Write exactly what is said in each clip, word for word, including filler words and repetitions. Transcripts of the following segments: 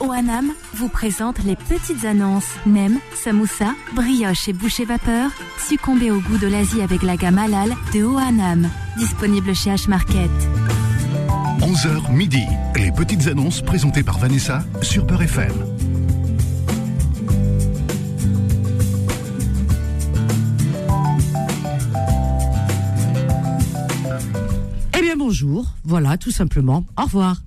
Oanam vous présente les petites annonces. Nem, samoussa, brioche et boucher vapeur. Succombez au goût de l'Asie avec la gamme halal de Oanam. Disponible chez H-Market. onze heures midi, les petites annonces présentées par Vanessa sur Beurre F M. Eh bien bonjour, voilà tout simplement, au revoir.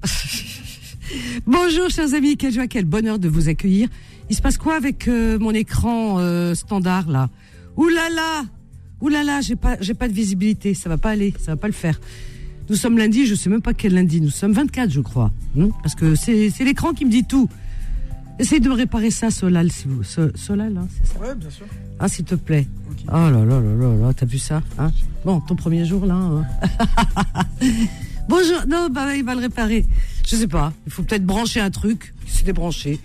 Bonjour chers amis, quelle joie, quel bonheur de vous accueillir. Il se passe quoi avec euh, mon écran euh, standard là? Ouh là là, ouh là là, j'ai pas, j'ai pas de visibilité, ça va pas aller, ça va pas le faire. Nous sommes lundi, je sais même pas quel lundi, nous sommes vingt-quatre je crois, hein, parce que c'est, c'est l'écran qui me dit tout. Essayez de me réparer ça, Solal, si vous, so, Solal, hein, c'est ça? Ouais, bien sûr. Ah, s'il te plaît. Okay. Oh là là là là là, t'as vu ça, hein? Bon, ton premier jour là. Hein. Bonjour, non, bah il va le réparer. Je sais pas, il faut peut-être brancher un truc qui s'est débranché.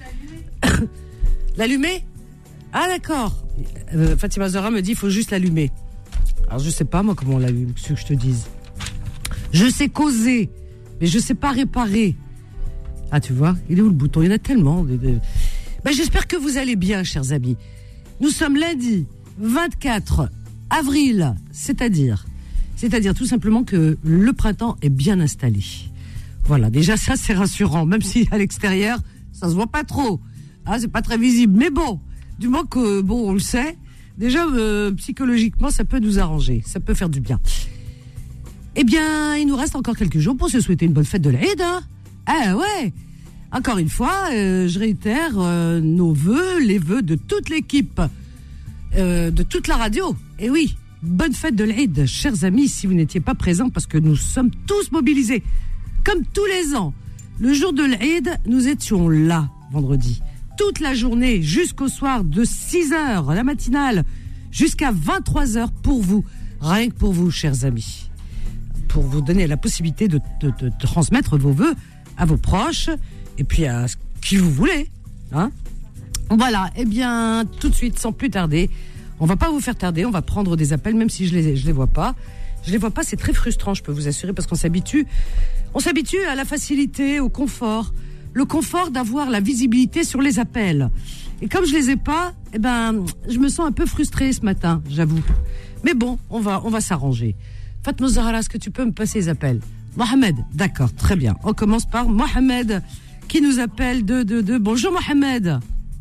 L'allumer? Ah d'accord. Euh, Fatima Zahra me dit il faut juste l'allumer. Alors je sais pas moi comment on l'allume, ce que je te dise. Je sais causer, mais je sais pas réparer. Ah tu vois, il est où le bouton? Il y en a tellement. De, de... Ben, j'espère que vous allez bien, chers amis. Nous sommes lundi vingt-quatre avril, c'est-à-dire, c'est-à-dire tout simplement que le printemps est bien installé. Voilà, déjà ça c'est rassurant, même si à l'extérieur ça se voit pas trop, ah c'est pas très visible, mais bon, du moment que bon on le sait, déjà euh, psychologiquement ça peut nous arranger, ça peut faire du bien. Eh bien, il nous reste encore quelques jours pour se souhaiter une bonne fête de l'Aïd, hein. Ah ouais. Encore une fois, euh, je réitère euh, nos vœux, les vœux de toute l'équipe, euh, de toute la radio. Et oui, bonne fête de l'Aïd, chers amis, si vous n'étiez pas présents, parce que nous sommes tous mobilisés. Comme tous les ans, le jour de l'Aïd, nous étions là, vendredi. Toute la journée, jusqu'au soir, de six heures, la matinale, jusqu'à vingt-trois heures pour vous. Rien que pour vous, chers amis. Pour vous donner la possibilité de, de, de transmettre vos vœux à vos proches, et puis à qui vous voulez. Hein, voilà, eh bien, tout de suite, sans plus tarder, on va pas vous faire tarder, on va prendre des appels, même si je les, je les vois pas. Je les vois pas, c'est très frustrant, je peux vous assurer, parce qu'on s'habitue, on s'habitue à la facilité, au confort, le confort d'avoir la visibilité sur les appels. Et comme je les ai pas, eh ben, je me sens un peu frustrée ce matin, j'avoue. Mais bon, on va, on va s'arranger. Fatma Zahra, est-ce que tu peux me passer les appels? Mohamed, d'accord, très bien. On commence par Mohamed, qui nous appelle de, de, de. Bonjour Mohamed.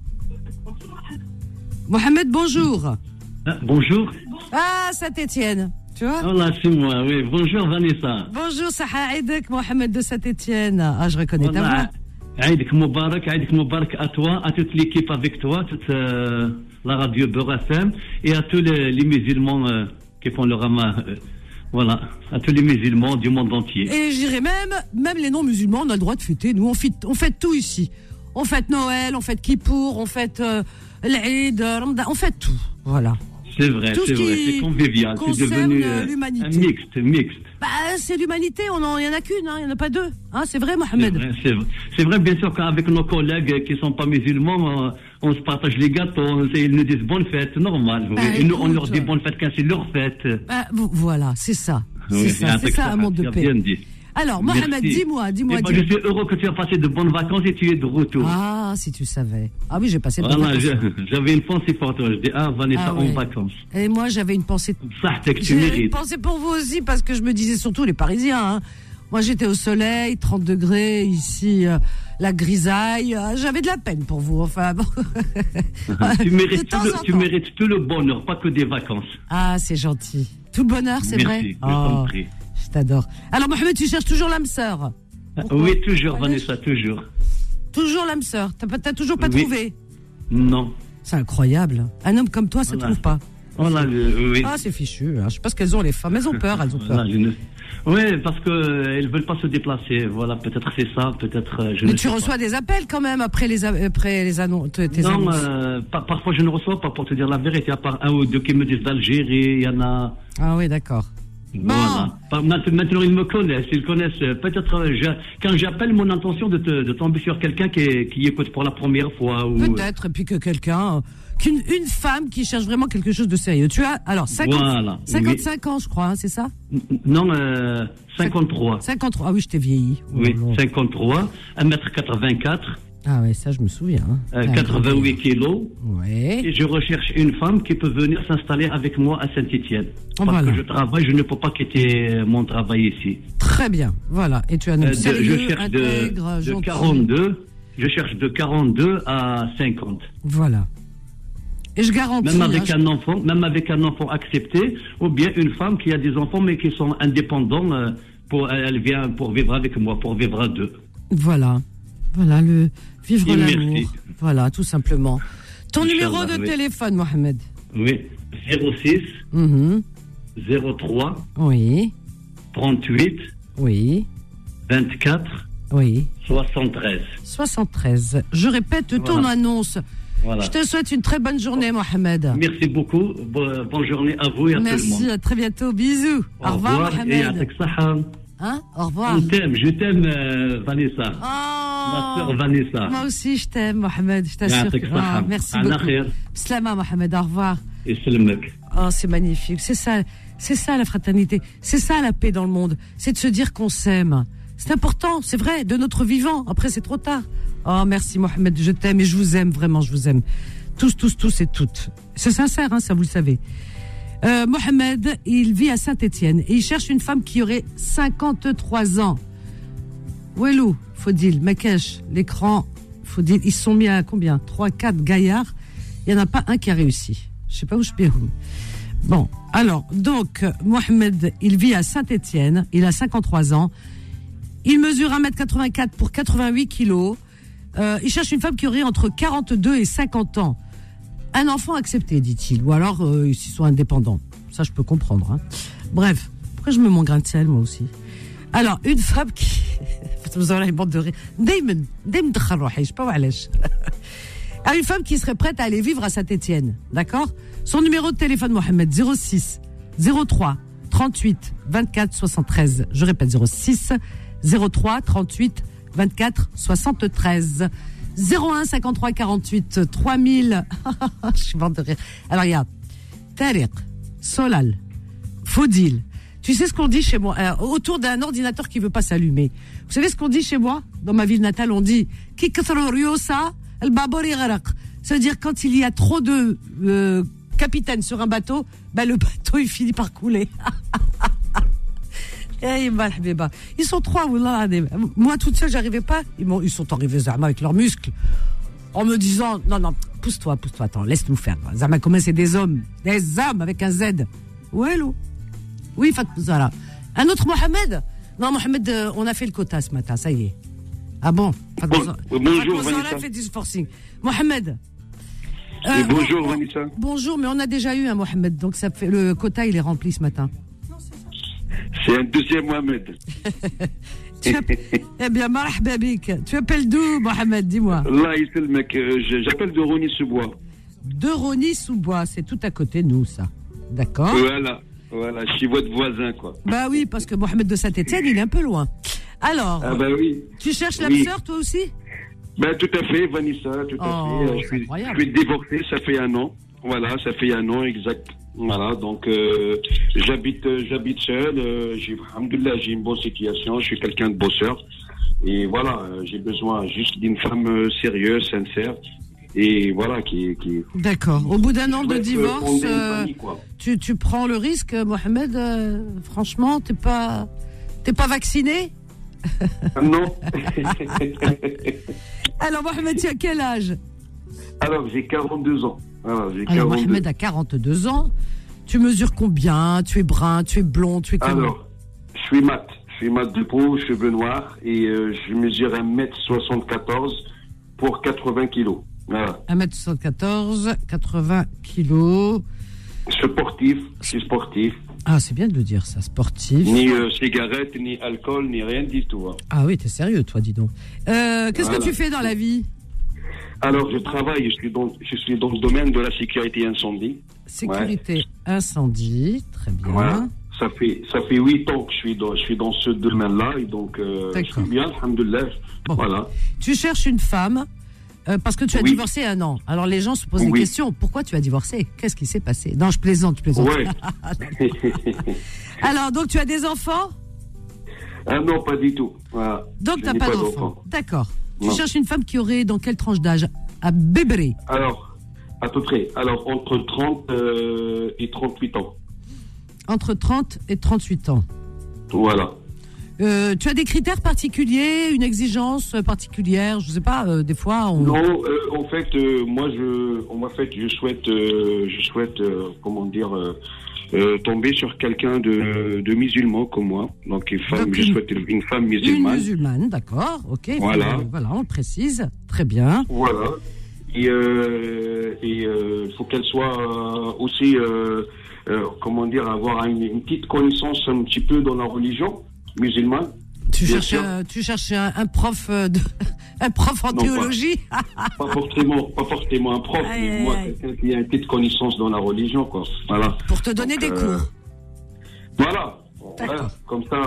Mohamed, bonjour. Ah, bonjour. Ah, Saint-Étienne. Tu vois? Oh là, c'est moi, oui. Bonjour Vanessa. Bonjour, Saha Aïdek, Mohamed de Saint-Étienne. Ah, je reconnais ta voix. Aïdek Moubarak, Aïdek Moubarak à toi, à toute l'équipe avec toi, toute euh, la radio Beurre F M et à tous les, les musulmans euh, qui font le rama. Euh, voilà, à tous les musulmans du monde entier. Et je dirais même, même les non-musulmans, on a le droit de fêter. Nous, on fête, on fête tout ici. On fête Noël, on fête Kippour, on fête euh, l'Aïd, Ramadan, on fête tout. Voilà. C'est vrai, tout c'est vrai, c'est convivial, c'est devenu euh, l'humanité. Un mixte, mixte. Bah, c'est l'humanité, on en, il y en a qu'une, hein, il y en a pas deux. Hein, c'est vrai, Mohamed. C'est vrai, c'est vrai, c'est vrai, bien sûr qu'avec nos collègues qui sont pas musulmans, euh, on se partage les gâteaux, ils nous disent bonne fête, normal. Bah, oui. Et écoute, nous, on leur dit bonne fête quand c'est leur fête. Bah, voilà, c'est ça. C'est oui, ça, c'est ça un monde de paix. Bien dit. Alors, Mohamed, Merci. dis-moi, dis-moi. Eh ben, dis-moi. je suis heureux que tu as passé de bonnes vacances et tu es de retour. Ah, si tu savais. Ah oui, j'ai passé de voilà, bonnes vacances. J'avais une pensée pour toi. Je dis, ah, Vanessa, ah, ouais. en vacances. Et moi, j'avais une pensée. Ça, c'est que tu J'ai mérites. une pensée pour vous aussi, parce que je me disais surtout les Parisiens. Hein. Moi, j'étais au soleil, trente degrés, ici, euh, la grisaille. Euh, j'avais de la peine pour vous, enfin bon. tu, mérites tout le, tu mérites tout le bonheur, pas que des vacances. Ah, c'est gentil. Tout le bonheur, c'est Merci, vrai? Merci, oh, je je t'adore. Alors, Mohamed, tu cherches toujours l'âme sœur? Oui, toujours, Vanessa, toujours. Toujours l'âme sœur? T'as, t'as toujours pas oui. trouvé? Non. C'est incroyable. Un homme comme toi, ça ne voilà. trouve pas. Voilà, le, oui. Ah, c'est fichu. Je sais pas ce qu'elles ont, les femmes. Elles ont peur, elles ont peur. Voilà, ne... Oui, parce qu'elles ne veulent pas se déplacer. Voilà, peut-être c'est ça, peut-être... Je Mais ne tu sais reçois pas. des appels quand même après les, après les annonces, tes non, annonces. Euh, par, parfois je ne reçois pas, pour te dire la vérité, à part un ou deux qui me disent d'Algérie, il y en a... Ah oui, d'accord. Voilà. Bon. Maintenant, ils me connaissent, ils connaissent. Peut-être, je, quand j'appelle, mon intention de, te, de tomber sur quelqu'un qui, qui écoute pour la première fois. Ou... Peut-être, et puis que quelqu'un, qu'une une femme qui cherche vraiment quelque chose de sérieux. Tu as, alors, cinquante, voilà. cinquante-cinq oui. ans, je crois, hein, c'est ça? Non, euh, cinquante-trois. cinquante-trois, ah oui, je t'ai vieilli. Oui, oh, cinquante-trois, un mètre quatre-vingt-quatre. Ah oui, ça je me souviens. Hein. Euh, quatre-vingt-huit kilos. Ouais. Et je recherche une femme qui peut venir s'installer avec moi à Saint-Étienne. Parce Voilà. que je travaille, je ne peux pas quitter mon travail ici. Très bien, voilà. Et tu as un homme Euh, de- sérieux, je cherche de, intègre, de gentil. quarante-deux. Je cherche de quarante-deux à cinquante. Voilà. Et je garantis. Même avec hein, un enfant, même avec un enfant accepté, ou bien une femme qui a des enfants mais qui sont indépendants, euh, pour, elle vient pour vivre avec moi, pour vivre à deux. Voilà. Voilà, le vivre Et l'amour. merci. Voilà, tout simplement. Ton Inch'Allah, numéro de oui. téléphone, Mohamed. Oui. zéro six, Mhm. zéro trois, Oui, trente-huit, oui, vingt-quatre, oui. soixante-treize. soixante-treize. Je répète ton Voilà. annonce. Voilà. Je te souhaite une très bonne journée, Mohamed. Merci beaucoup. Bo- bonne journée à vous et à tout le Merci, monde. à très bientôt. Bisous. Au, revoir, et Mohamed. avec Saha. Hein? Au revoir. Je t'aime, je t'aime, euh, Vanessa. Oh, Ma sœur Vanessa. moi aussi, je t'aime, Mohamed. Je t'assure. Ya'atik que- saha. Ah, merci Ala beaucoup. khair. Slama, Mohamed. Au revoir. Et Selmek. Oh, c'est magnifique. C'est ça, c'est ça la fraternité. C'est ça la paix dans le monde. C'est de se dire qu'on s'aime. C'est important, c'est vrai, de notre vivant. Après, c'est trop tard. Oh, merci Mohamed, je t'aime et je vous aime, vraiment, je vous aime. Tous, tous, tous et toutes. C'est sincère, hein, ça vous le savez. Euh, Mohamed, il vit à Saint-Étienne et il cherche une femme qui aurait cinquante-trois ans. Ouelou, Faudil, Makash, l'écran, Faudil, ils se sont mis à combien? trois, quatre gaillards. Il n'y en a pas un qui a réussi. Je sais pas où je peux. Bon, alors, donc, Mohamed, il vit à Saint-Étienne, il a cinquante-trois ans. Il mesure un mètre quatre-vingt-quatre pour quatre-vingt-huit kilos. Euh, il cherche une femme qui aurait entre quarante-deux et cinquante ans. Un enfant accepté, dit-il. Ou alors, euh, ils sont indépendants. Ça, je peux comprendre. Hein. Bref, pourquoi je me mets mon grain de sel, moi aussi? Alors, une femme qui... Vous avez une bande de rire. Dayman, Dayman Dkharouhi, je sais pas où elle est. À une femme qui serait prête à aller vivre à Saint-Étienne. D'accord? Son numéro de téléphone, Mohamed, zéro six, zéro trois, trente-huit, vingt-quatre, soixante-treize. Je répète, zéro six, zéro trois, trente-huit, vingt-quatre, soixante-treize. zéro un, cinquante-trois, quarante-huit, trois mille. Je suis morte de rire. Alors, il y a Tariq, Solal, Faudil. Tu sais ce qu'on dit chez moi, euh, autour d'un ordinateur qui veut pas s'allumer. Vous savez ce qu'on dit chez moi? Dans ma ville natale, on dit Ki kathru riyusa, al-babur yaghraq. Ça veut dire quand il y a trop de euh, capitaines sur un bateau, ben le bateau il finit par couler. Eh, ils sont trois, wallah. Moi toute seule, j'arrivais pas. Ils, m'ont, ils sont arrivés Zama avec leurs muscles, en me disant non non, pousse-toi, pousse-toi, attends, laisse-nous faire. Zama, comment c'est des hommes, des hommes avec un Z. Ouais, l'eau. Oui, voilà. Un autre Mohamed? Non, Mohamed, euh, on a fait le quota ce matin, ça y est. Ah bon? Bon, bonjour, on a Vanessa. fait du forcing. Mohamed. Et bonjour, on- on- Vanessa. Bonjour, mais on a déjà eu un Mohamed, donc ça fait, le quota, il est rempli ce matin. C'est un deuxième Mohamed. Tu app- eh bien, marhaba bik. Tu appelles d'où, Mohamed? Dis-moi. Là, il le mec. euh, je- J'appelle de Rony-sous-Bois. De Rony-sous-Bois, c'est tout à côté de nous, ça. D'accord? Voilà, voilà, je suis votre voisin, quoi. Bah oui, parce que Mohamed de Saint-Étienne, il est un peu loin. Alors, Ah bah oui. tu cherches l'âme oui. sœur, toi aussi? Ben tout à fait, Vanessa, tout à Oh, fait. Euh, Je c'est suis, incroyable. je suis divorcé, ça fait un an. Voilà, ça fait un an exact. Voilà, donc euh, j'habite, euh, j'habite seul. Euh, j'ai, alhamdoulilah, j'ai une bonne situation. Je suis quelqu'un de bosseur. Et voilà, euh, j'ai besoin juste d'une femme euh, sérieuse, sincère. Et voilà, qui, qui D'accord. Au bout d'un an de souhaite, euh, divorce, fonder une euh, famille, quoi. tu, tu prends le risque, Mohamed. euh, franchement, t'es pas, t'es pas vacciné? Ah, non. Alors, Mohamed, tu as quel âge? Alors, j'ai quarante-deux ans. Voilà, j'ai Alors, quarante-deux. Mohamed a quarante-deux ans. Tu mesures combien? Tu es brun, tu es blond, tu es comment? Alors, je suis mat. Je suis mat de peau, cheveux noirs. Et euh, je mesure un mètre soixante-quatorze pour quatre-vingts kilos. Voilà. un mètre soixante-quatorze, quatre-vingts kilos. Sportif, je suis sportif. Ah, c'est bien de le dire, ça, sportif. Ni euh, cigarette, ni alcool, ni rien du tout. Hein. Ah oui, t'es sérieux, toi, dis donc. Euh, qu'est-ce Voilà. que tu fais dans la vie? Alors, je travaille, je suis dans, je suis dans le domaine de la sécurité incendie. Sécurité, incendie, très bien. Voilà. Ça fait, ça fait huit ans que je suis dans, je suis dans ce domaine-là. Et donc, euh, je D'accord. suis bien, alhamdoulilah. Bon. Voilà. Tu cherches une femme euh, parce que tu as Oui. divorcé un an. Alors les gens se posent des Oui. questions. Pourquoi tu as divorcé? Qu'est-ce qui s'est passé? Non, je plaisante, je plaisante. Ouais. Alors, donc tu as des enfants? Ah non, pas du tout. Voilà. Donc Je tu n'as n'ai pas, pas d'enfants. d'enfants. D'accord. Tu Non. cherches une femme qui aurait dans quelle tranche d'âge? À Bébré. Alors, à peu près. Alors, entre trente euh, et trente-huit ans. Entre trente et trente-huit ans. Voilà. Euh, tu as des critères particuliers, une exigence particulière, je sais pas, euh, des fois on... Non, euh, en fait, euh, moi, je, en fait, je souhaite, euh, je souhaite, euh, comment dire, euh, euh, tomber sur quelqu'un de, de musulman comme moi. Donc, une femme, Donc, je une- souhaite une femme Une musulmane. musulmane, d'accord, ok. Voilà. Euh, voilà, on le précise, très bien. Voilà. Et euh, et euh, faut qu'elle soit euh, aussi, euh, euh, comment dire, avoir une, une petite connaissance un petit peu dans la religion musulmane. Tu Bien cherches, sûr. euh, tu cherches un, un prof, euh, de, un prof en Non, pas- théologie. Pas forcément, pas forcément un prof, Aïe, mais aïe, moi, aïe. quelqu'un qui a une petite connaissance dans la religion, quoi. Voilà. Pour te donner Donc, des euh, cours. Voilà. D'accord. Voilà, comme ça.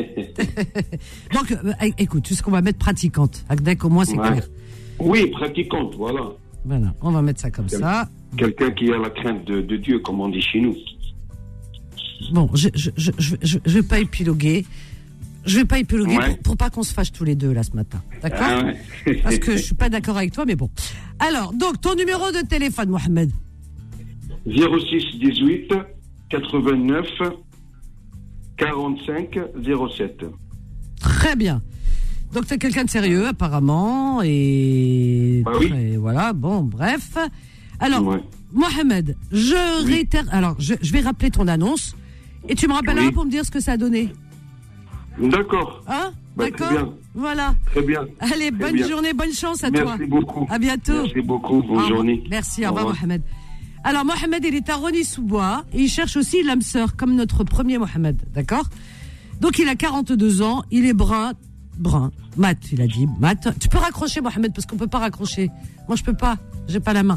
Donc, euh, é- écoute, tu sais qu'on va mettre pratiquante. Agdek, au moins, c'est Ouais. clair. Oui, pratiquante, voilà. Voilà, on va mettre ça comme ça. Quelqu'un qui a la crainte de, de Dieu, comme on dit chez nous. Bon, je je, je, je, je, je vais pas épiloguer. Je vais pas épiloguer Ouais. pour, pour pas qu'on se fâche tous les deux, là, ce matin. D'accord? Ah ouais. Parce que je suis pas d'accord avec toi, mais bon. Alors, donc, ton numéro de téléphone, Mohamed. zéro six dix-huit quatre-vingt-neuf quarante-cinq zéro sept. Très bien. Donc, tu es quelqu'un de sérieux, apparemment, et... Bah oui. et voilà, bon, bref. Alors, Ouais. Mohamed, je Oui. réitère... Alors, je, je vais rappeler ton annonce, et tu me rappelleras Oui. pour me dire ce que ça a donné. D'accord. Hein? Bah, très D'accord? bien. Voilà. Très bien. Allez, Très bonne bien. journée, bonne chance à toi. Merci beaucoup. À bientôt. Merci beaucoup. Bonne Au revoir. journée. Merci, au Au revoir, revoir. Mohamed. Alors, Mohamed, il est à Rony-sous-Bois et il cherche aussi l'âme sœur, comme notre premier Mohamed, d'accord? Donc, il a quarante-deux ans, il est brun, brun, mat, il a dit, mat. Tu peux raccrocher, Mohamed, parce qu'on peut pas raccrocher. Moi, je peux pas, j'ai pas la main.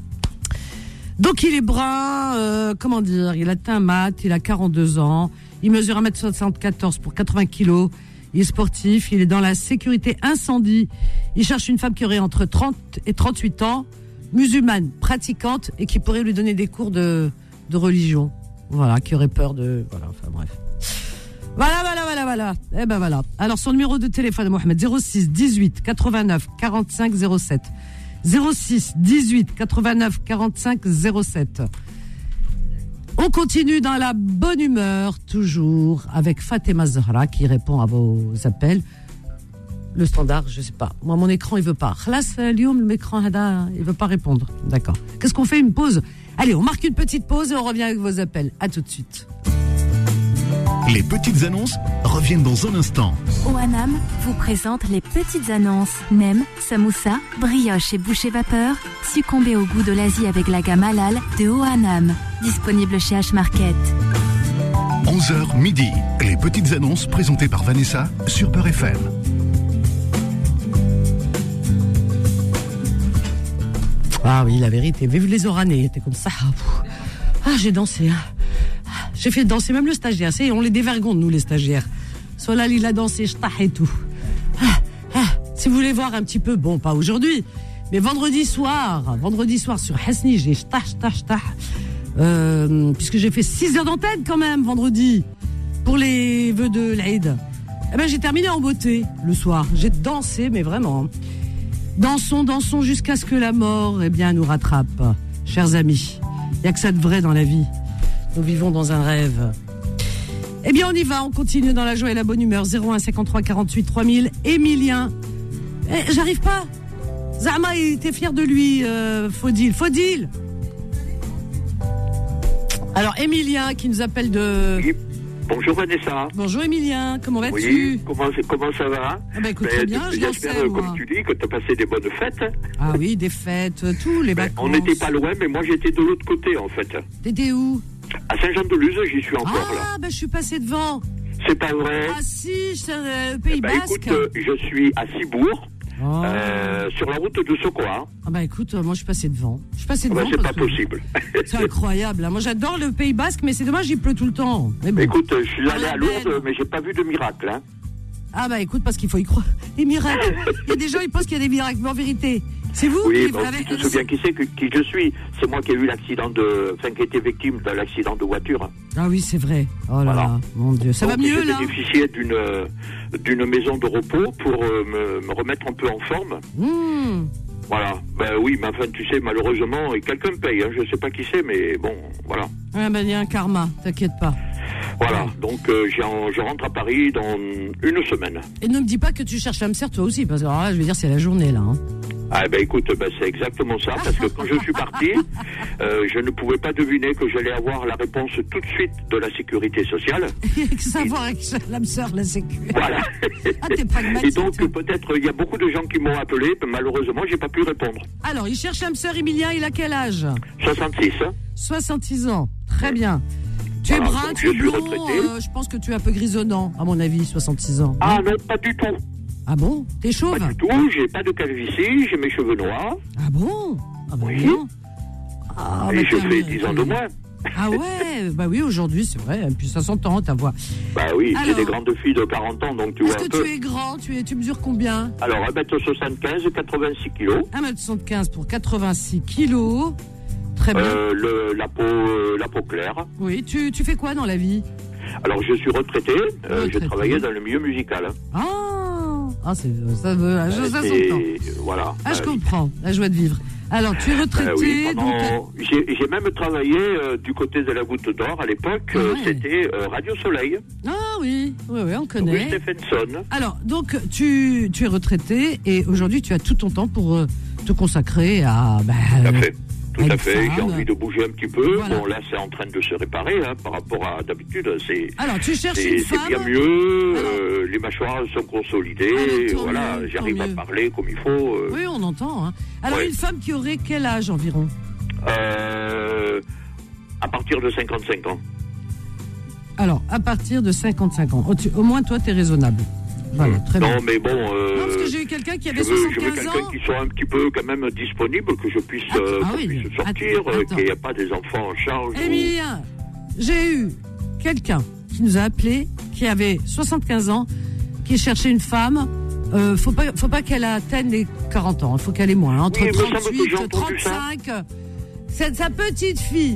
Donc, il est brun, euh, comment dire, il a teint mat, il a quarante-deux ans, il mesure un mètre soixante-quatorze pour quatre-vingts kilos, il est sportif, il est dans la sécurité incendie, il cherche une femme qui aurait entre trente et trente-huit ans, musulmane, pratiquante et qui pourrait lui donner des cours de, de religion. Voilà, qui aurait peur de... Voilà, enfin bref. Voilà, voilà, voilà, voilà. Eh ben voilà. Alors, son numéro de téléphone, Mohamed, zéro six dix-huit quatre-vingt-neuf quarante-cinq zéro sept. zéro six dix-huit quatre-vingt-neuf quarante-cinq zéro sept. On continue dans la bonne humeur, toujours, avec Fatima Zahra qui répond à vos appels. Le standard, je sais pas. Moi, mon écran, il veut pas. Khlas, Lyoum, l'écran, il veut pas répondre. D'accord. Qu'est-ce qu'on fait? Une pause? Allez, on marque une petite pause et on revient avec vos appels. À tout de suite. Les petites annonces reviennent dans un instant. Oanam vous présente les petites annonces. Nem, samoussa, brioche et boucher vapeur. Succombez au goût de l'Asie avec la gamme halal de Oanam. Disponible chez H-Market. onze heures midi. Les petites annonces présentées par Vanessa sur Beurre F M. Ah oui, la vérité. Vive les Oranais, c'était comme ça. Ah, j'ai dansé. hein. J'ai fait danser même le stagiaire. C'est, on les dévergonde, nous, les stagiaires. Solal, il a dansé, je et tout. Ah, ah, si vous voulez voir un petit peu, bon, pas aujourd'hui, mais vendredi soir, vendredi soir sur Hasni, j'ai chtah, chtah, chtah. Euh, puisque j'ai fait six heures d'antenne quand même, vendredi, pour les vœux de l'Aïd. Eh ben, j'ai terminé en beauté, le soir. J'ai dansé, mais vraiment. Dansons, dansons jusqu'à ce que la mort, eh bien, nous rattrape. Chers amis, il n'y a que ça de vrai dans la vie. Nous vivons dans un rêve. Eh bien, on y va, on continue dans la joie et la bonne humeur. zéro un cinquante-trois quarante-huit trois mille. Émilien. Eh, j'arrive pas. Zama, il était fier de lui, euh, Faudil. Faudil. Alors, Émilien qui nous appelle de... Oui. Bonjour Vanessa. Bonjour Émilien, comment vas-tu? Oui, comment, comment ça va? Ah bah écoute, Ben, très bien, je J'espère, dansais, moi. comme tu dis, que tu as passé des bonnes fêtes. Ah oui, des fêtes, tous les Ben, vacances. on n'était pas loin, mais moi j'étais de l'autre côté en fait. T'étais où? À Saint-Jean-de-Luz, j'y suis encore Ah, là. bah je suis passé devant. C'est pas vrai? Ah si, c'est euh, le Pays Ben, Basque. écoute, euh, je suis à Cibourg, Oh. euh, sur la route de Sokoa. Ah bah écoute, euh, moi je suis passé devant. Je suis passé Ben, devant. c'est pas parce que possible. C'est incroyable. hein. Moi j'adore le Pays Basque, mais c'est dommage, il pleut tout le temps. Mais bon. Écoute, je suis À allé la à benne. Lourdes, mais j'ai pas vu de miracle. Hein. Ah bah écoute, parce qu'il faut y croire. Les miracles. Il y a des gens, ils pensent qu'il y a des miracles, mais en vérité, C'est vous Oui, qui bon, avez... tu te souviens qui c'est, que- qui je suis. C'est moi qui ai eu l'accident de... Enfin, qui a été victime de l'accident de voiture. Ah oui, c'est vrai. Oh là Voilà. là, mon Dieu. Ça Donc, va mieux, j'ai là? bénéficié d'une, euh, d'une maison de repos pour euh, me, me remettre un peu en forme. Mmh. Voilà. Ben oui, mais enfin, tu sais, malheureusement, et quelqu'un paye. Hein, je sais pas qui c'est, mais bon, voilà. Ouais, ben, il y a un karma, t'inquiète pas. Voilà. Donc, euh, j'ai- je rentre à Paris dans une semaine. Et ne me dis pas que tu cherches l'âme sœur toi aussi, parce que alors là, je veux dire, c'est la journée, là. Hein. Ah ben écoute, ben, c'est exactement ça, parce que quand je suis parti, euh, je ne pouvais pas deviner que j'allais avoir la réponse tout de suite de la sécurité sociale. Que ça a à voir avec l'âme sœur, la sécu. Voilà. Ah, t'es pragmatique. Et donc toi. peut-être il y a beaucoup de gens qui m'ont appelé, mais malheureusement j'ai pas pu répondre. Alors, il cherche l'âme sœur Emilien, il a quel âge? soixante-six. Hein. soixante-six ans. Très bien. Tu es Voilà, brun, donc tu je es suis blond, retraité. euh, je pense que tu es un peu grisonnant, à mon avis, soixante-six ans. Ah non, pas du tout. Ah bon? T'es chauve? Pas du tout, j'ai pas de calvitie, j'ai mes cheveux noirs. Ah bon? Ah bah Oui. non. Ah, et bah, je tiens, fais mais- dix ans de moins. Ah ouais, bah oui, aujourd'hui, c'est vrai. Et puis ça s'entend, ta voix. Bah oui, Alors, j'ai des grandes filles de quarante ans, donc tu Est-ce vois un que peu. tu es grand? Tu, es, tu mesures combien? Alors un mètre soixante-quinze, quatre-vingt-six kilos. un mètre soixante-quinze pour quatre-vingt-six kilos. Très bien. Euh, le, la peau, euh, la peau claire. Oui, tu, tu fais quoi dans la vie? Alors je suis retraité, euh, Retraité. j'ai travaillé dans le milieu musical. Ah, ah c'est, ça, ça, ça, ça C'est- s'entend. Voilà. Ah, je Euh, comprends, la joie de vivre. Alors, tu es retraité, Euh, oui, donc... pendant- j'ai, j'ai même travaillé euh, du côté de la Goutte d'Or à l'époque. euh, Ouais. C'était euh, Radio Soleil, Ah oui, oui, oui, on rue connaît. Stephenson. Alors, donc, tu, tu es retraité et aujourd'hui, tu as tout ton temps pour euh, te consacrer à... Bah, Tout à euh, fait. Tout une à fait. J'ai femme. envie de bouger un petit peu. Voilà. Bon, là, c'est en train de se réparer hein, par rapport à d'habitude. C'est, Alors, tu cherches c'est, une c'est femme... bien mieux. Alors- euh, les mâchoires sont consolidées. Alors, tant voilà, mieux, j'arrive tant à mieux. parler comme il faut. euh, Oui, on entend. Hein. Alors, Ouais. une femme qui aurait quel âge environ? euh, à partir de cinquante-cinq ans. Alors, à partir de cinquante-cinq ans. Au, tu- au moins, toi, tu es raisonnable. Voilà, très non, bien. mais bon. euh, Non, parce que j'ai eu quelqu'un qui Je avait veux, je veux soixante-quinze quelqu'un ans. qui soit un petit peu quand même disponible, que je puisse, Attends, euh, ah qu'on oui, puisse attends, sortir, euh, attends. qu'il n'y ait pas des enfants en charge. ou- Emilien, j'ai eu quelqu'un qui nous a appelé, qui avait soixante-quinze ans, qui cherchait une femme. Euh, faut pas, faut pas qu'elle atteigne les quarante ans. Il faut qu'elle ait moins. Entre Oui, il me semble que trente-huit, j'ai entendu ça. trente-cinq. C'est sa petite fille.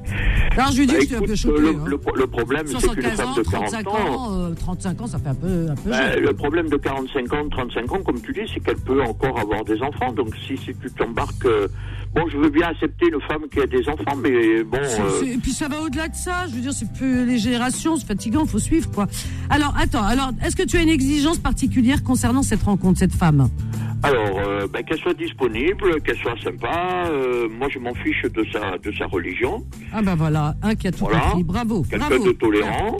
Alors je lui dis Bah, que j'étais un peu écoute, choqué. le, hein. le, le problème, c'est qu'une soixante-quinze femme ans, de quarante trente-cinq ans, ans, euh, trente-cinq ans, ça fait un peu, un peu bah, jeune. le problème de quarante-cinq ans, trente-cinq ans, comme tu dis, c'est qu'elle peut encore avoir des enfants. Donc si, si tu t'embarques... euh, bon, je veux bien accepter une femme qui a des enfants, mais bon... C'est- euh, c'est- Et puis ça va au-delà de ça. Je veux dire, c'est plus les générations, c'est fatigant, faut suivre quoi. Alors attends, alors est-ce que tu as une exigence particulière concernant cette rencontre, cette femme? alors, euh, bah, qu'elle soit disponible, qu'elle soit sympa. euh, moi, je m'en fiche de sa, de sa religion. Ah ben voilà, un qui a tout Voilà. compris. Bravo, Quelqu'un bravo. de tolérant.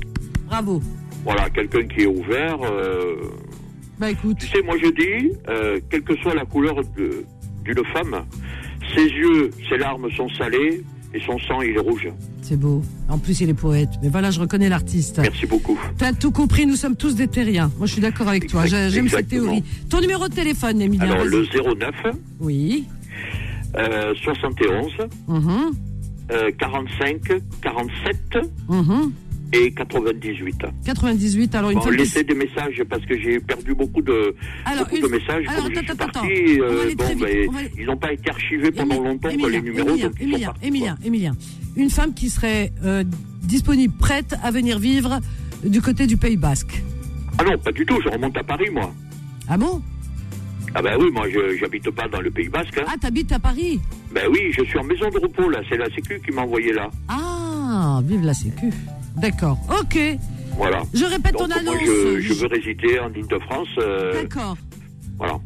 Bravo. Voilà, quelqu'un qui est ouvert. euh, Bah écoute, Tu sais, moi je dis, euh, quelle que soit la couleur de- d'une femme, ses yeux, ses larmes sont salées et son sang, il est rouge. c'est beau. En plus, il est poète. Mais voilà, je reconnais l'artiste. Merci beaucoup. T'as tout compris, nous sommes tous des terriens. Moi, je suis d'accord avec toi. Exact- J'ai- J'aime cette exactement. théorie. Ton numéro de téléphone, Emilien. Alors, vas-y. le zéro neuf, Oui. euh, soixante et onze, Mhm. euh, quarante-cinq, quarante-sept Mhm. et quatre-vingt-dix-huit. quatre-vingt-dix-huit. Alors, une Bon, femme qui... laissez des messages parce que j'ai perdu beaucoup de, Alors, beaucoup une- de messages. alors, Comme je attends, suis attends, parti, attends. On va euh, aller bon, très vite. ben, On va aller- ils n'ont pas été archivés pendant Émi- longtemps, quoi, Emilien, les numéros, Emilien, donc ils sont Emilien, partis, Emilien, quoi. Emilien. Une femme qui serait euh, disponible, prête à venir vivre du côté du Pays Basque. Ah non, pas du tout, je remonte à Paris, moi. Ah bon? Ah ben oui, moi, je j'habite pas dans le Pays Basque. Hein. Ah, t'habites à Paris? Ben oui, je suis en maison de repos, là. C'est la Sécu qui m'a envoyé là. Ah, vive la Sécu. D'accord, ok. Voilà. Je répète Donc, ton annonce. moi, je, je veux résider en Ile-de-France. euh, D'accord. voilà.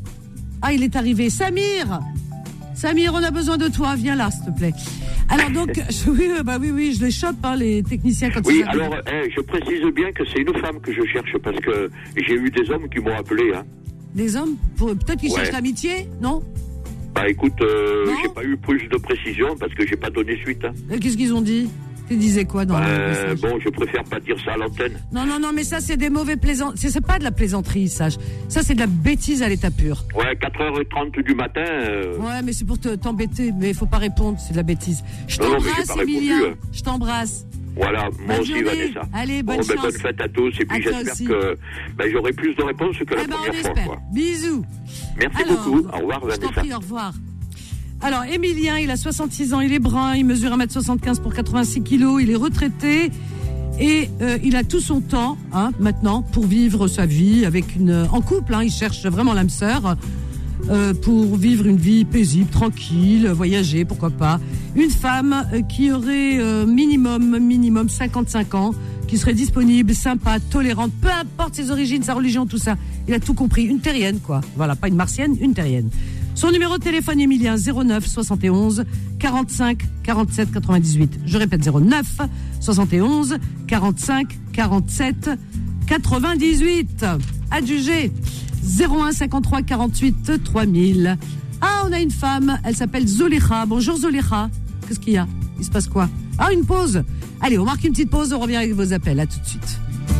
Ah, il est arrivé. Samir Samir, on a besoin de toi. Viens là, s'il te plaît. Alors donc, je- oui, euh, bah oui, oui, je les chope, hein, les techniciens quand Oui, ils arrivent. alors, eh, je précise bien que c'est une femme que je cherche parce que j'ai eu des hommes qui m'ont appelé. Hein. Des hommes, pour- peut-être qu'ils Ouais. cherchent l'amitié, non? Bah écoute, euh, Non. j'ai pas eu plus de précision parce que j'ai pas donné suite. Hein. Euh, Qu'est-ce qu'ils ont dit? Ils disaient quoi dans le Euh, message? bon, je préfère pas dire ça à l'antenne. Non, non, non, mais ça, c'est des mauvais plaisants. C'est c'est pas de la plaisanterie, ça. Ça, c'est de la bêtise à l'état pur. Ouais, quatre heures trente du matin. euh, Ouais, mais c'est pour te- t'embêter, mais il faut pas répondre, c'est de la bêtise. Je Non, non, mais j'ai t'embrasse, pas répondu, Emilien. hein. Je t'embrasse. Voilà, moi bonne aussi, journée. Vanessa. Allez, bonne bon, ben, chance. bonne fête à tous, et puis À toi j'espère aussi. que ben, j'aurai plus de réponses que la Eh ben, on première fois. espère. Quoi. Bisous. Merci Alors, beaucoup. Au revoir, Je t'en Vanessa. prie, au revoir. Alors, Émilien, il a soixante-six ans, il est brun, il mesure un mètre soixante-quinze pour quatre-vingt-six kilos, il est retraité et euh, il a tout son temps, hein, maintenant, pour vivre sa vie avec une, en couple, hein, il cherche vraiment l'âme sœur euh, pour vivre une vie paisible, tranquille, voyager, pourquoi pas. Une femme euh, qui aurait euh, minimum, minimum cinquante-cinq ans, qui serait disponible, sympa, tolérante, peu importe ses origines, sa religion, tout ça. Il a tout compris, une terrienne, quoi. Voilà, pas une martienne, une terrienne. Son numéro de téléphone, Émilien, zéro neuf soixante et onze quarante-cinq quarante-sept quatre-vingt-dix-huit. Je répète, zéro neuf soixante et onze quarante-cinq quarante-sept quatre-vingt-dix-huit. Adjugé, zéro un cinquante-trois quarante-huit trois mille. Ah, on a une femme, elle s'appelle Zolécha. Bonjour Zolécha. Qu'est-ce qu'il y a? Il se passe quoi? Ah, une pause. Allez, on marque une petite pause, on revient avec vos appels. À tout de suite.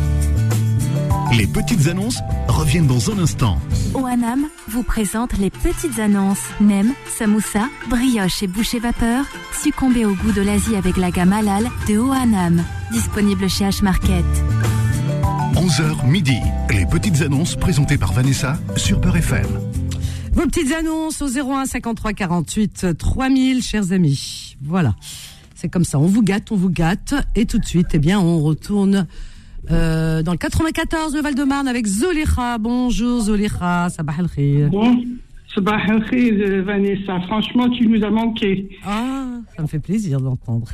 Les petites annonces reviennent dans un instant. Oanam vous présente les petites annonces. Nem, samoussa, brioche et boucher vapeur. Succombez au goût de l'Asie avec la gamme halal de Oanam. Disponible chez H-Market. onze heures midi. Les petites annonces présentées par Vanessa sur Peur F M. Vos petites annonces au zéro un cinquante-trois quarante-huit trois mille, chers amis. Voilà. C'est comme ça. On vous gâte, on vous gâte. Et tout de suite, eh bien, on retourne euh, dans le quatre-vingt-quatorze, le Val-de-Marne, avec Zolécha. Bonjour Zolécha. Sabah al-khir. Bon, Sabah al-khir, Vanessa. Franchement, tu nous as manqué. Ah, ça me fait plaisir d'entendre.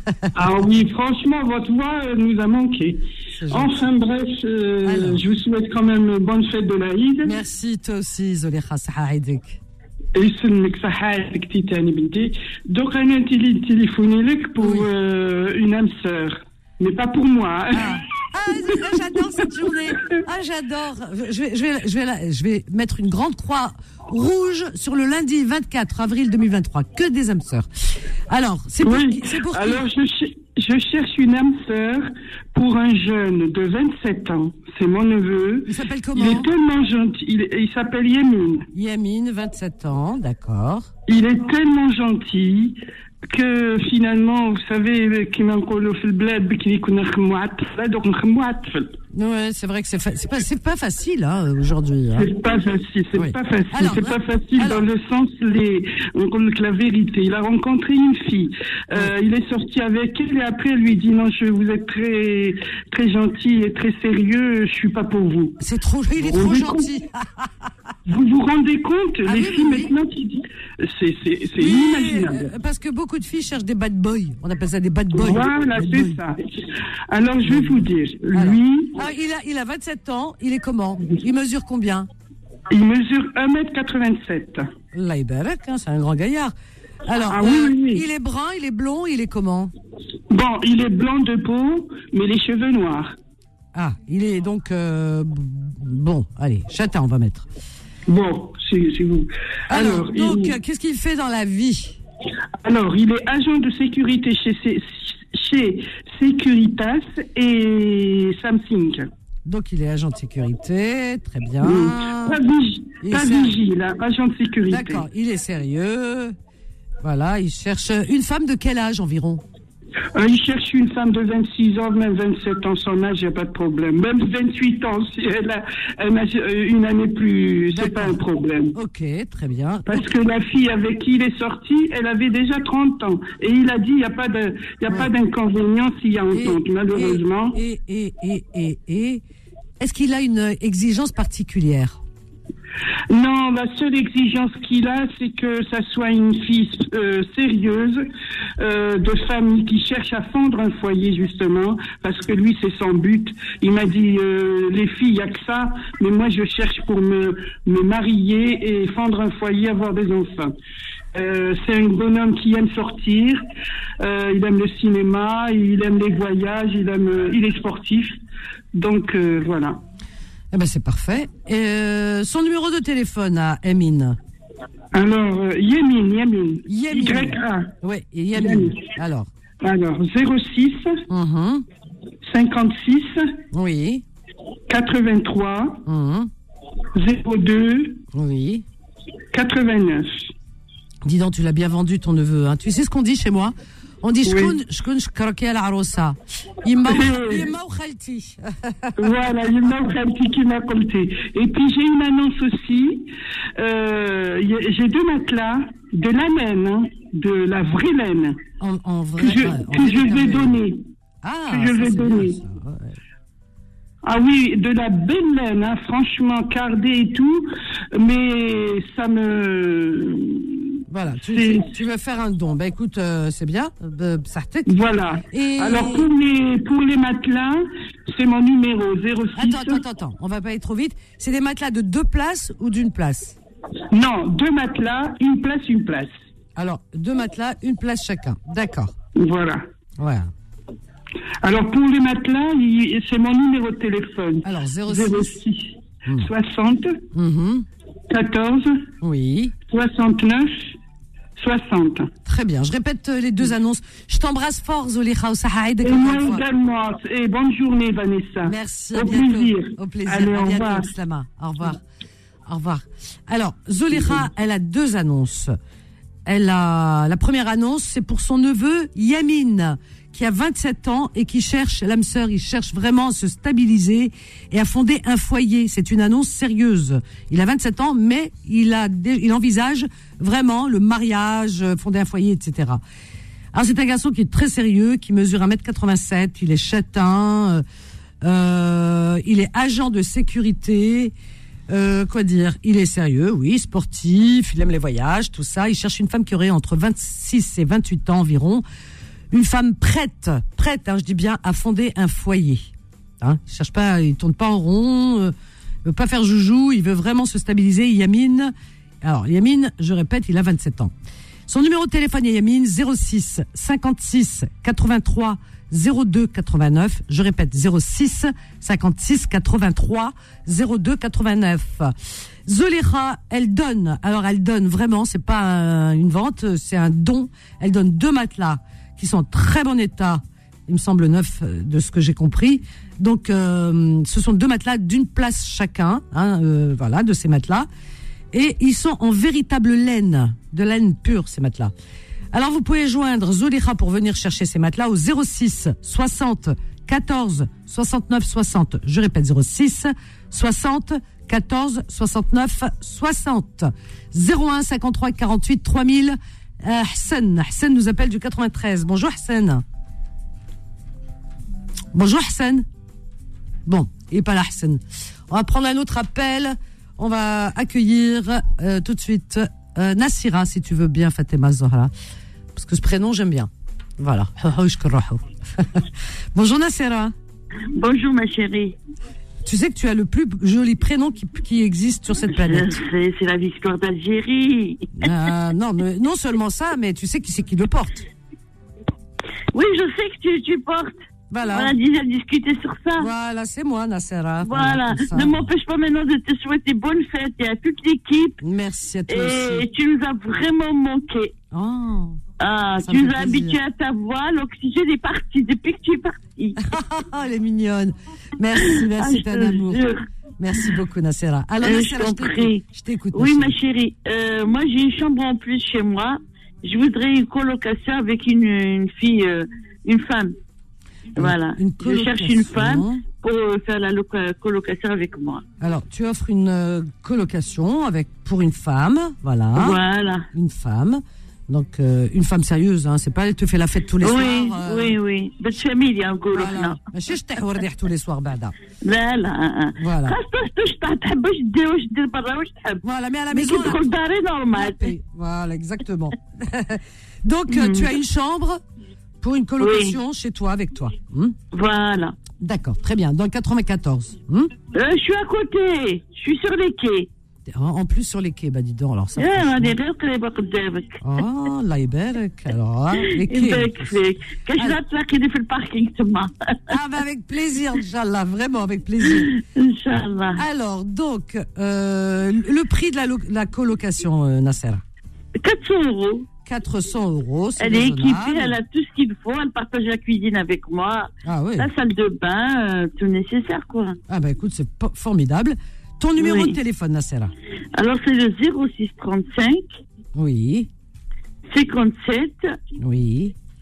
Ah oui, franchement, votre voix euh, nous a manqué. C'est gentil. Enfin bref, euh, Alors. je vous souhaite quand même bonne fête de l'Aïd. Merci, toi aussi, Zolécha. Saha Aïdik. يسلمك صحتك تيتاني بنتي دوك انا تيلي تليفوني لك pour Oui. euh, une âme sœur mais pas pour moi. Ah, ah, j'adore cette journée. Ah, j'adore. Je vais, je vais, je vais, la- je vais mettre une grande croix rouge sur le lundi vingt-quatre avril deux mille vingt-trois. Que des âmes sœurs. Alors, c'est pour Oui. qui? C'est pour qui? Alors je, ch- je cherche une âme sœur pour un jeune de vingt-sept ans. C'est mon neveu. Il s'appelle Il comment? est tellement gentil. Il, il s'appelle Yémin. Yamine, vingt-sept ans, d'accord. Il est tellement gentil que finalement, vous savez, كيما نقولوا في البلاد بكري كنا نخمو عطفة دوك نخمو عطفة. Ouais, c'est vrai que c'est fa- c'est pas c'est pas facile hein, aujourd'hui. Hein. C'est pas facile, c'est Oui. pas facile, Alors, c'est là- pas facile alors- dans le sens les, on connaît que la vérité. Il a rencontré une fille, euh, il est sorti avec elle et après elle lui dit non, je vous êtes très très gentil et très sérieux, je suis pas pour vous. C'est trop, il est Vous trop vous gentil. Vous vous rendez compte, Ah les oui, filles oui, oui. maintenant qui disent, c'est c'est c'est Oui, inimaginable. euh, parce que beaucoup de filles cherchent des bad boys. On appelle ça des bad boys. Voilà, Bad c'est boys. ça. Alors je vais vous dire, Alors. lui, Ah, il a il a vingt-sept ans. Il est comment? Il mesure combien? il mesure un mètre quatre-vingt-sept. Allah ibarak, hein, c'est un grand gaillard. Alors, Ah oui, euh, oui, oui. il est brun, il est blond, il est comment? Bon, il est blanc de peau, mais les cheveux noirs. Ah, il est donc euh, b- bon. Allez, châtain, on va mettre. Bon, c'est c'est vous. Alors, il- donc, euh, qu'est-ce qu'il fait dans la vie? alors, il est agent de sécurité chez, chez, chez Securitas et Samsung. Donc, il est agent de sécurité, très bien. Mm. Pas, vigi, Il pas sert- vigile, hein, agent de sécurité. D'accord, il est sérieux. Voilà, il cherche une femme de quel âge environ? Euh, il cherche une femme de vingt-six ans, même vingt-sept ans, son âge, il n'y a pas de problème. Même vingt-huit ans, si elle a, elle a euh, une année plus, c'est pas un problème. Ok, très bien. Parce que la fille avec qui il est sorti, elle avait déjà trente ans. Et il a dit, il n'y a pas de, il y a pas d'inconvénient s'il y a Et- entente, malheureusement. Et, et, et, et, et, est-ce qu'il a une exigence particulière? Non, la seule exigence qu'il a, c'est que ça soit une fille euh, sérieuse, euh, de famille qui cherche à fondre un foyer, justement, parce que lui, c'est son but. Il m'a dit, euh, les filles, il n'y a que ça, mais moi, je cherche pour me, me marier et fondre un foyer, avoir des enfants. Euh, c'est un bonhomme qui aime sortir, euh, il aime le cinéma, il aime les voyages, il aime, euh, il est sportif. Donc, euh, voilà. Eh ben, c'est parfait. Euh, son numéro de téléphone à Emine. Alors, euh, Yémin, Yémin. Yémin. Y A. Oui, et Yamin. Yamin. Alors. Alors, zéro six, Mhm. cinquante-six, Oui. quatre-vingt-trois, Mhm. zéro deux, Oui. quatre-vingt-neuf. Dis donc, tu l'as bien vendu, ton neveu. Hein. Tu sais ce qu'on dit chez moi? On dit Oui. shkoun, shkoun shkarki al arousa. Yimma ou- yimma ou khalti. Voilà, il y en a un qui m'a compté. Et puis j'ai une annonce aussi. Euh, y a- j'ai deux matelas de la laine, hein, de la vraie laine, En, en vrai. que je, ouais, en que je vais véritable- donner. Ah, que je ça, vais c'est bien, donner. ça, ouais. Ah oui, de la belle laine, hein, franchement, cardée et tout, mais ça me... Voilà, tu, C'est- tu, tu veux faire un don. Ben écoute, euh, c'est bien. Euh, ça t'est- Voilà. Et- Alors pour les, pour les matelas, c'est mon numéro zéro six. Attends, attends, attends, attends, on va pas aller trop vite. C'est des matelas de deux places ou d'une place? Non, deux matelas, une place, une place. Alors, deux matelas, une place chacun. D'accord. Voilà. Voilà. Alors pour les matelas, il- c'est mon numéro de téléphone. Alors, zéro zéro six. six soixante Mhm. quatorze Oui. soixante-neuf soixante. Très bien. Je répète euh, les deux annonces. Je t'embrasse fort, Zolikha Oussahaïd. Et moi également. Et bonne journée, Vanessa. Merci. Au à bientôt. plaisir. Au plaisir. Allez, à au bientôt, revoir. Slama. Au revoir. Au revoir. Alors, Zolikha, elle a deux annonces. Elle a, la première annonce, c'est pour son neveu, Yamin, qui a vingt-sept ans et qui cherche, l'âme sœur, il cherche vraiment à se stabiliser et à fonder un foyer. C'est une annonce sérieuse. Il a vingt-sept ans, mais il a, il envisage vraiment le mariage, fonder un foyer, et cetera. Alors, c'est un garçon qui est très sérieux, qui mesure un mètre quatre-vingt-sept, il est châtain, euh, il est agent de sécurité, euh, quoi dire, il est sérieux, oui, sportif, il aime les voyages, tout ça. Il cherche une femme qui aurait entre vingt-six et vingt-huit ans environ. Une femme prête, prête, hein, je dis bien, à fonder un foyer. Hein, il cherche pas, il tourne pas en rond, euh, il veut pas faire joujou, il veut vraiment se stabiliser. Yamin, alors Yamin, je répète, il a vingt-sept ans. Son numéro de téléphone est Yamin, zéro six cinquante-six quatre-vingt-trois zéro deux quatre-vingt-neuf. Je répète, zéro six cinquante-six quatre-vingt-trois zéro deux quatre-vingt-neuf. Zolikha, elle donne, alors elle donne vraiment, c'est pas un- une vente, c'est un don. Elle donne deux matelas qui sont en très bon état, il me semble neuf de ce que j'ai compris. Donc, euh, ce sont deux matelas d'une place chacun, hein, euh, voilà, de ces matelas. Et ils sont en véritable laine, de laine pure, ces matelas. Alors, vous pouvez joindre Zolikha pour venir chercher ces matelas au zéro six soixante quatorze soixante-neuf soixante. Je répète, zéro six soixante quatorze soixante-neuf soixante. zéro un cinquante-trois quarante-huit trois mille. Euh, Hassan, Hassan nous appelle du quatre-vingt-treize. Bonjour Hassan. Bonjour Hassan. Bon, il n'est pas là Hassan. On va prendre un autre appel. On va accueillir euh, tout de suite euh, Nassira, si tu veux bien, Fatima Zahra. Parce que ce prénom, j'aime bien. Voilà. Bonjour Nassira. Bonjour ma chérie. Tu sais que tu as le plus joli prénom qui, qui existe sur cette planète. C'est, c'est la victoire d'Algérie. Euh, non, ne- non seulement ça, mais tu sais qui c'est qui le porte. Oui, je sais que tu, tu portes. Voilà. On a déjà discuté sur ça. Voilà, c'est moi, Nassira. Voilà. tout ça. Ne m'empêche pas maintenant de te souhaiter bonne fête et à toute l'équipe. Merci à toi Et aussi. tu nous as vraiment manqué. Oh. Ah, Ça tu me nous fait as plaisir. habitués à ta voix. L'oxygène est parti depuis que tu es parti. Elle est mignonne. Merci, merci, Ah, t'es je un te amour. jure. Merci beaucoup, Nassira. Alors, Euh, Nassira, je je t'en t'écoute. prie. Je t'écoute. Oui, ma Nassira. chérie. Euh, moi, j'ai une chambre en plus chez moi. Je voudrais une colocation avec une, une fille, euh, une femme. Voilà. Une Je cherche une femme colocation. pour euh, faire la loca- colocation avec moi. Alors, tu offres une euh, colocation avec pour une femme, voilà. Voilà. Une femme. Donc, euh, une femme sérieuse, hein. C'est pas elle te fait la fête tous les Oui, soirs. euh, oui, oui. بنت فاميليا نقولوا Voilà. حنا. ماشي شطيح وريح tous les soirs بعدا. لا لا Voilà. خاصة واش تحب واش دير واش دير برا واش تحب. Voilà, mais à la Mais maison. qui تدخل داري نورمال. Et voilà, exactement. Donc, euh, tu as une chambre pour une colocation chez toi, avec toi. Hmm. Voilà. D'accord, très bien. Dans le quatre-vingt-quatorze. Hmm. Euh, je suis à côté. Je suis sur les quais. En en plus sur les quais, bah dis donc, alors ça. اه franchement. راني غير قريبة قدامك. Oh, الله يبارك. Alors, hein, les يبارك quais. فيك. كاش لا تلاقيني في الباركينغ تما. Ah, bah avec plaisir, Inch'Allah, vraiment avec plaisir. ان شاء الله. Alors, donc, euh, le prix de la, lo- la colocation, euh, Nasser, quatre cents euros. quatre cents euros, c'est Elle est raisonnable. équipée, elle a tout ce qu'il faut, elle partage la cuisine avec moi, Ah oui. la salle de bain, euh, tout nécessaire quoi. Ah bah écoute, c'est po- formidable. Ton numéro Oui. de téléphone, Nasser. Alors c'est le zéro six trente-cinq Oui, cinquante-sept oui,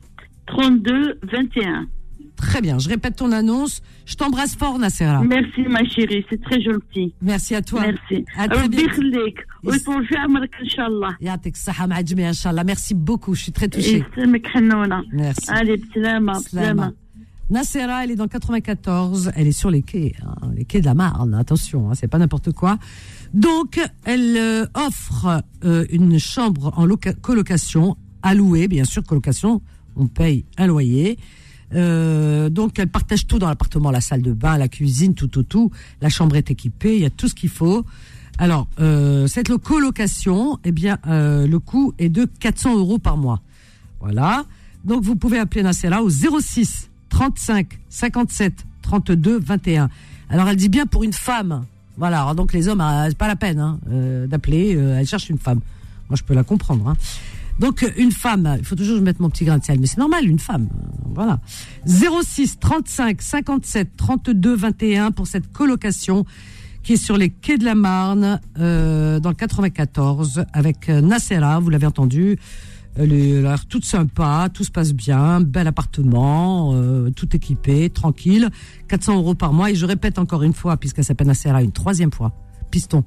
trente-deux vingt et un. Très bien, je répète ton annonce. Je t'embrasse fort, Nassera. Merci, ma chérie, c'est très gentil. Merci à toi. Merci. À très bientôt. Merci beaucoup, je suis très touchée. Merci. Allez, salama, salama. Nassera, elle est dans le quatre-vingt-quatorze, elle est sur les quais, hein, les quais de la Marne, attention, hein, c'est pas n'importe quoi. Donc, elle euh, offre euh, une chambre en loca- colocation, à louer, bien sûr, colocation, on paye un loyer. Euh, donc, elle partage tout dans l'appartement, la salle de bain, la cuisine, tout, tout, tout. La chambre est équipée, il y a tout ce qu'il faut. Alors, euh, cette colocation, eh bien, euh, le coût est de quatre cents euros par mois. Voilà. Donc, vous pouvez appeler Nassera au zéro six trente-cinq cinquante-sept trente-deux vingt et un. Alors, elle dit bien pour une femme. Voilà. Alors, donc, les hommes, euh, c'est pas la peine hein, euh, d'appeler. Euh, elle cherche une femme. Moi, je peux la comprendre. Hein. Donc, une femme. Il faut toujours que je mette mon petit grain de sel, mais c'est normal, une femme. Euh, voilà. zéro six trente-cinq cinquante-sept trente-deux vingt et un pour cette colocation qui est sur les quais de la Marne, euh, dans le quatre-vingt-quatorze, avec euh, Nassera. Vous l'avez entendu. Elle est l'air toute sympa, tout se passe bien, bel appartement, euh, tout équipé, tranquille, quatre cents euros par mois. Et je répète encore une fois, puisqu'elle s'appelle Nassera, une troisième fois, piston.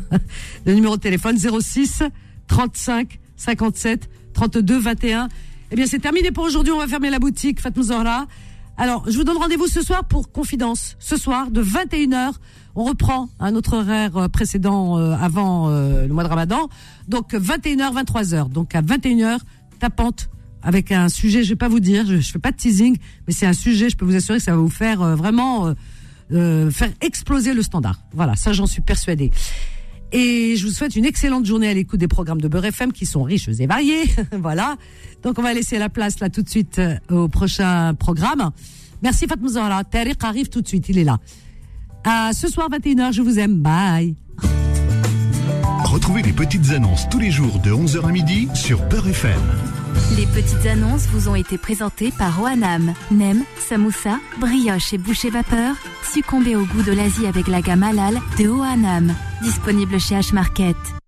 Le numéro de téléphone zéro six trente-cinq cinquante-sept trente-deux vingt et un. Eh bien, c'est terminé pour aujourd'hui. On va fermer la boutique, Fatma Zahra. Alors, je vous donne rendez-vous ce soir pour Confidence. Ce soir, de vingt et une heures, on reprend un autre horaire précédent euh, avant euh, le mois de Ramadan. Donc, vingt et une heures, vingt-trois heures. Donc, à vingt et une heures, tapante, avec un sujet, je vais pas vous dire, je, je fais pas de teasing, mais c'est un sujet, je peux vous assurer que ça va vous faire euh, vraiment euh, euh, faire exploser le standard. Voilà, ça, j'en suis persuadée. Et je vous souhaite une excellente journée à l'écoute des programmes de Beurre F M qui sont riches et variés. Voilà. Donc, on va laisser la place là tout de suite euh, au prochain programme. Merci Fatma Zahra. Tariq arrive tout de suite, il est là. À ce soir vingt et une heures, je vous aime. Bye. Retrouvez les petites annonces tous les jours de onze heures à midi sur Beurre F M. Les petites annonces vous ont été présentées par Oanam. Nem, samoussa, brioche et boucher vapeur. Succombez au goût de l'Asie avec la gamme halal de Oanam. Disponible chez H-Market.